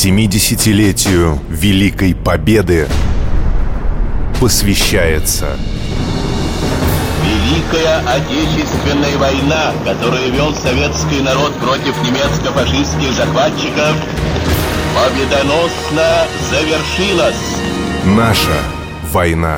70-летию Великой Победы посвящается Великая Отечественная война, которую вел советский народ против немецко-фашистских захватчиков, победоносно завершилась. Наша война.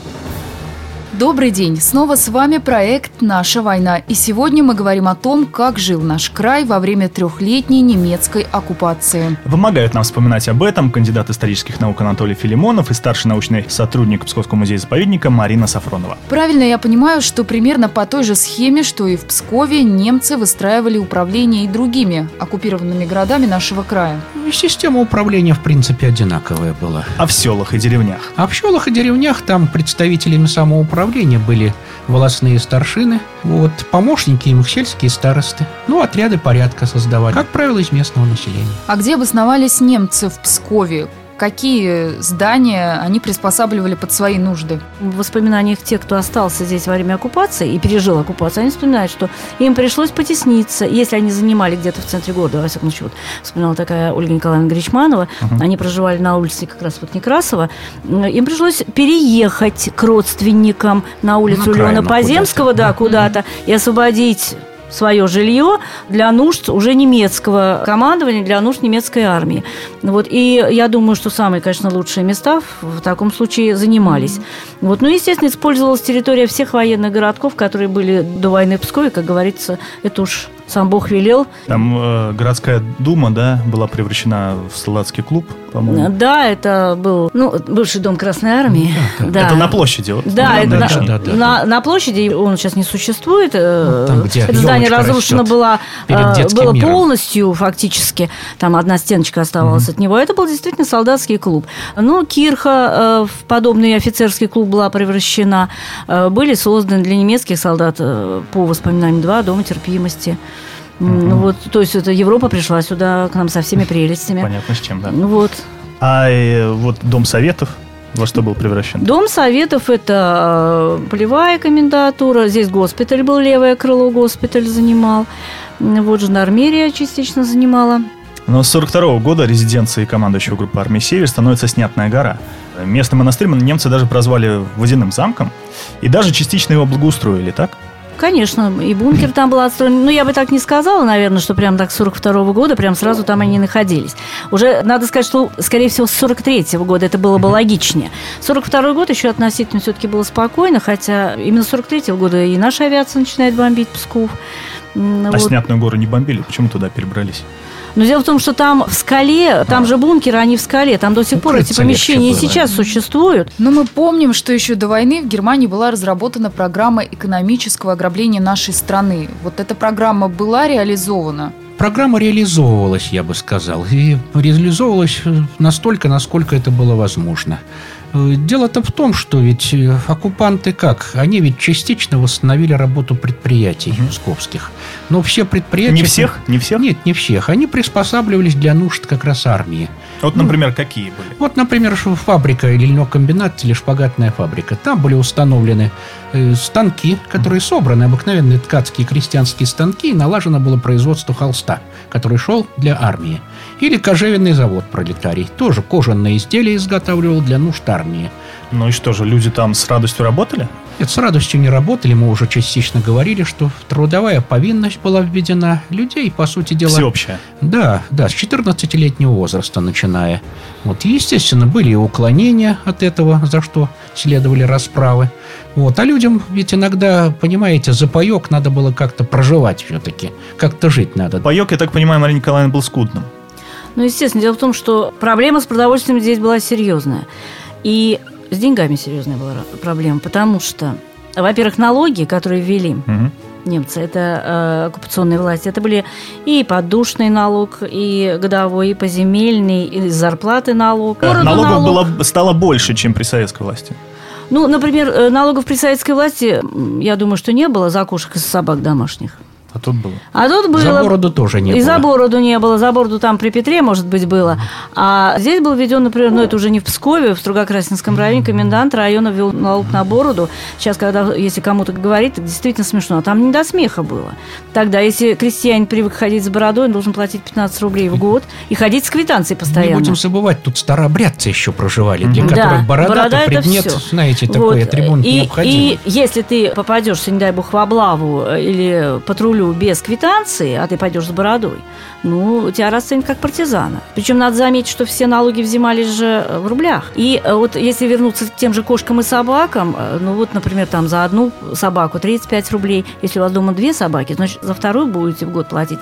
Добрый день! Снова с вами проект «Наша война». И сегодня мы говорим о том, как жил наш край во время трехлетней немецкой оккупации. Помогают нам вспоминать об этом кандидат исторических наук Анатолий Филимонов и старший научный сотрудник Псковского музея-заповедника Марина Сафронова. Правильно я понимаю, что примерно по той же схеме, что и в Пскове, немцы выстраивали управление и другими оккупированными городами нашего края. Система управления, в принципе, одинаковая была. А в селах и деревнях? А в селах и деревнях там представителями самоуправления были волостные старшины, помощники им сельские старосты, отряды порядка создавали, как правило, из местного населения. А где обосновались немцы в Пскове? Какие здания они приспосабливали под свои нужды? В воспоминаниях тех, кто остался здесь во время оккупации и пережил оккупацию, они вспоминают, что им пришлось потесниться, если они занимали где-то в центре города, во всяком случае, вспоминала такая Ольга Николаевна Гречманова, они проживали на улице как раз Некрасова, им пришлось переехать к родственникам на улицу Леона Поземского, куда-то, и освободить свое жилье для нужд уже немецкого командования, для нужд немецкой армии. И я думаю, что самые, конечно, лучшие места в таком случае занимались. Естественно, использовалась территория всех военных городков, которые были до войны в Пскове, как говорится, это уж сам Бог велел. Там городская дума, была превращена в солдатский клуб, по-моему. Да, это был бывший дом Красной Армии. Да. Это на площади. На площади, он сейчас не существует. Там, где это здание разрушено было полностью, фактически. Там одна стеночка оставалась от него. Это был действительно солдатский клуб. Кирха в подобный офицерский клуб была превращена. Были созданы для немецких солдат, по воспоминаниям, 2 дома терпимости. То есть это Европа пришла сюда к нам со всеми прелестями. Понятно, с чем, да. А Дом Советов во что был превращен? Дом Советов – это полевая комендатура. Здесь госпиталь был, левое крыло госпиталь занимал. Жандармерия частично занимала. Но с 1942 года резиденцией командующего группы армии «Север» становится Снятная гора. Местный монастырь немцы даже прозвали водяным замком и даже частично его благоустроили, так? Конечно, и бункер там был отстроен. Я бы так не сказала, наверное, что прям так с 1942 года прям сразу там они находились. Уже надо сказать, что, скорее всего, с 1943 года это было бы логичнее. 1942 год еще относительно все-таки было спокойно, хотя именно с 1943 года и наша авиация начинает бомбить Псков. А Снятную гору не бомбили? Почему туда перебрались? Но дело в том, что там в скале, там же бункеры, они в скале, там до сих пор эти помещения и сейчас существуют. Но мы помним, что еще до войны в Германии была разработана программа экономического ограбления нашей страны. Эта программа была реализована? Программа реализовывалась, я бы сказал, и реализовывалась настолько, насколько это было возможно. Дело-то в том, что ведь оккупанты Они ведь частично восстановили работу предприятий псковских. Но все предприятия... Не всех? Не всех? Нет, не всех. Они приспосабливались для нужд как раз армии. Например, какие были? Например, фабрика или льнокомбинат, или шпагатная фабрика. Там были установлены станки, которые собраны, обыкновенные ткацкие крестьянские станки, и налажено было производство холста, который шел для армии. Или кожевенный завод «Пролетарий». Тоже кожаные изделия изготавливал для нужд армии. Ну и что же, люди там с радостью работали? Нет, с радостью не работали. Мы уже частично говорили, что трудовая повинность была введена. Людей, по сути дела... Всеобщая. Да, с 14-летнего возраста начиная. Естественно, были и уклонения от этого, за что следовали расправы. А людям ведь иногда, понимаете, за паёк надо было как-то проживать все-таки. Как-то жить надо. Паёк, я так понимаю, Марина Николаевна, был скудным. Естественно, дело в том, что проблема с продовольствием здесь была серьезная. И с деньгами серьезная была проблема, потому что, во-первых, налоги, которые ввели немцы, это оккупационные власти, это были и подушный налог, и годовой, и поземельный, и зарплаты налог. Налогов стало больше, чем при советской власти. Например, налогов при советской власти, я думаю, что не было за кошек и собак домашних. А тут было. А тут было... За бороду тоже не было. И за бороду не было. За бороду там при Петре, может быть, было. А здесь был введен, например, это уже не в Пскове, в Строгокрасинском районе, комендант района ввел налог на бороду. Сейчас, если кому-то говорить, это действительно смешно. Там не до смеха было. Тогда, если крестьянин привык ходить с бородой, он должен платить 15 рублей в год и ходить с квитанцией постоянно. Не будем забывать, тут старообрядцы еще проживали, для которых борода это предмет, знаете, такой атрибут необходимый. И если ты попадешься, не дай бог, в облаву или патрулю без квитанции, а ты пойдешь с бородой, тебя расценят как партизана. Причем надо заметить, что все налоги взимались же в рублях. И вот если вернуться к тем же кошкам и собакам, например, там за одну собаку 35 рублей, если у вас дома 2 собаки, значит, за вторую будете в год платить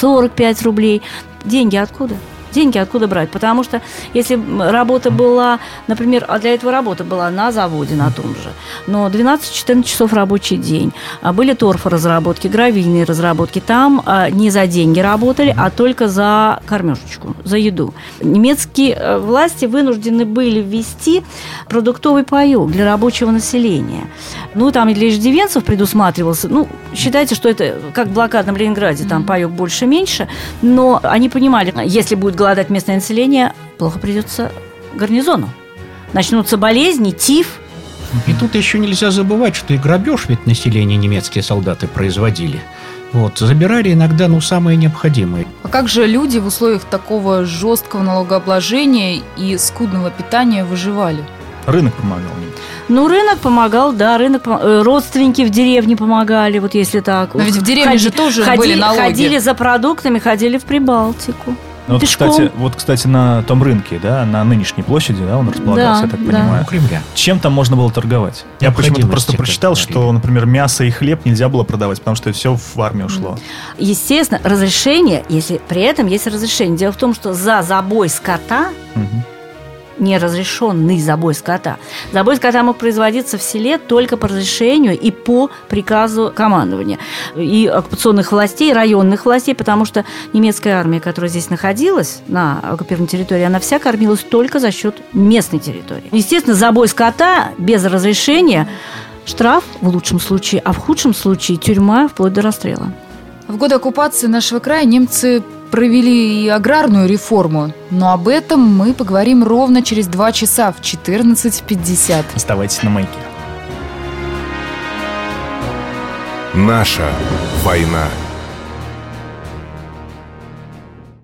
45 рублей. Деньги откуда? Деньги откуда брать? Потому что если работа была, например, а для этого работа была на заводе, на том же, но 12-14 часов рабочий день, были торфоразработки, гравийные разработки, там не за деньги работали, а только за кормежечку, за еду. Немецкие власти вынуждены были ввести продуктовый паёк для рабочего населения. Там и для иждивенцев предусматривался, считайте, что это как в блокадном Ленинграде, там паёк больше-меньше, но они понимали, если будет голодать местное население, плохо придется гарнизону. Начнутся болезни, тиф. И тут еще нельзя забывать, что и грабеж ведь население немецкие солдаты производили. Забирали иногда, самое необходимое. А как же люди в условиях такого жесткого налогообложения и скудного питания выживали? Рынок помогал им. Рынок помогал, да, родственники в деревне помогали, если так. Но ведь в деревне же тоже были налоги. Ходили за продуктами, ходили в Прибалтику. Кстати, на том рынке, да, на нынешней площади, да, он располагался, я так понимаю. У Кремля. Чем там можно было торговать? Я почему-то просто прочитал, что, например, мясо и хлеб нельзя было продавать, потому что все в армию ушло. Естественно, разрешение, если при этом есть разрешение. Дело в том, что за забой скота... неразрешенный забой скота. Забой скота мог производиться в селе только по разрешению и по приказу командования и оккупационных властей, и районных властей, потому что немецкая армия, которая здесь находилась на оккупированной территории, она вся кормилась только за счет местной территории. Естественно, забой скота без разрешения, штраф в лучшем случае, а в худшем случае тюрьма вплоть до расстрела. В годы оккупации нашего края немцы провели и аграрную реформу, но об этом мы поговорим ровно через 2 часа в 14:50. Оставайтесь на маяке. Наша война.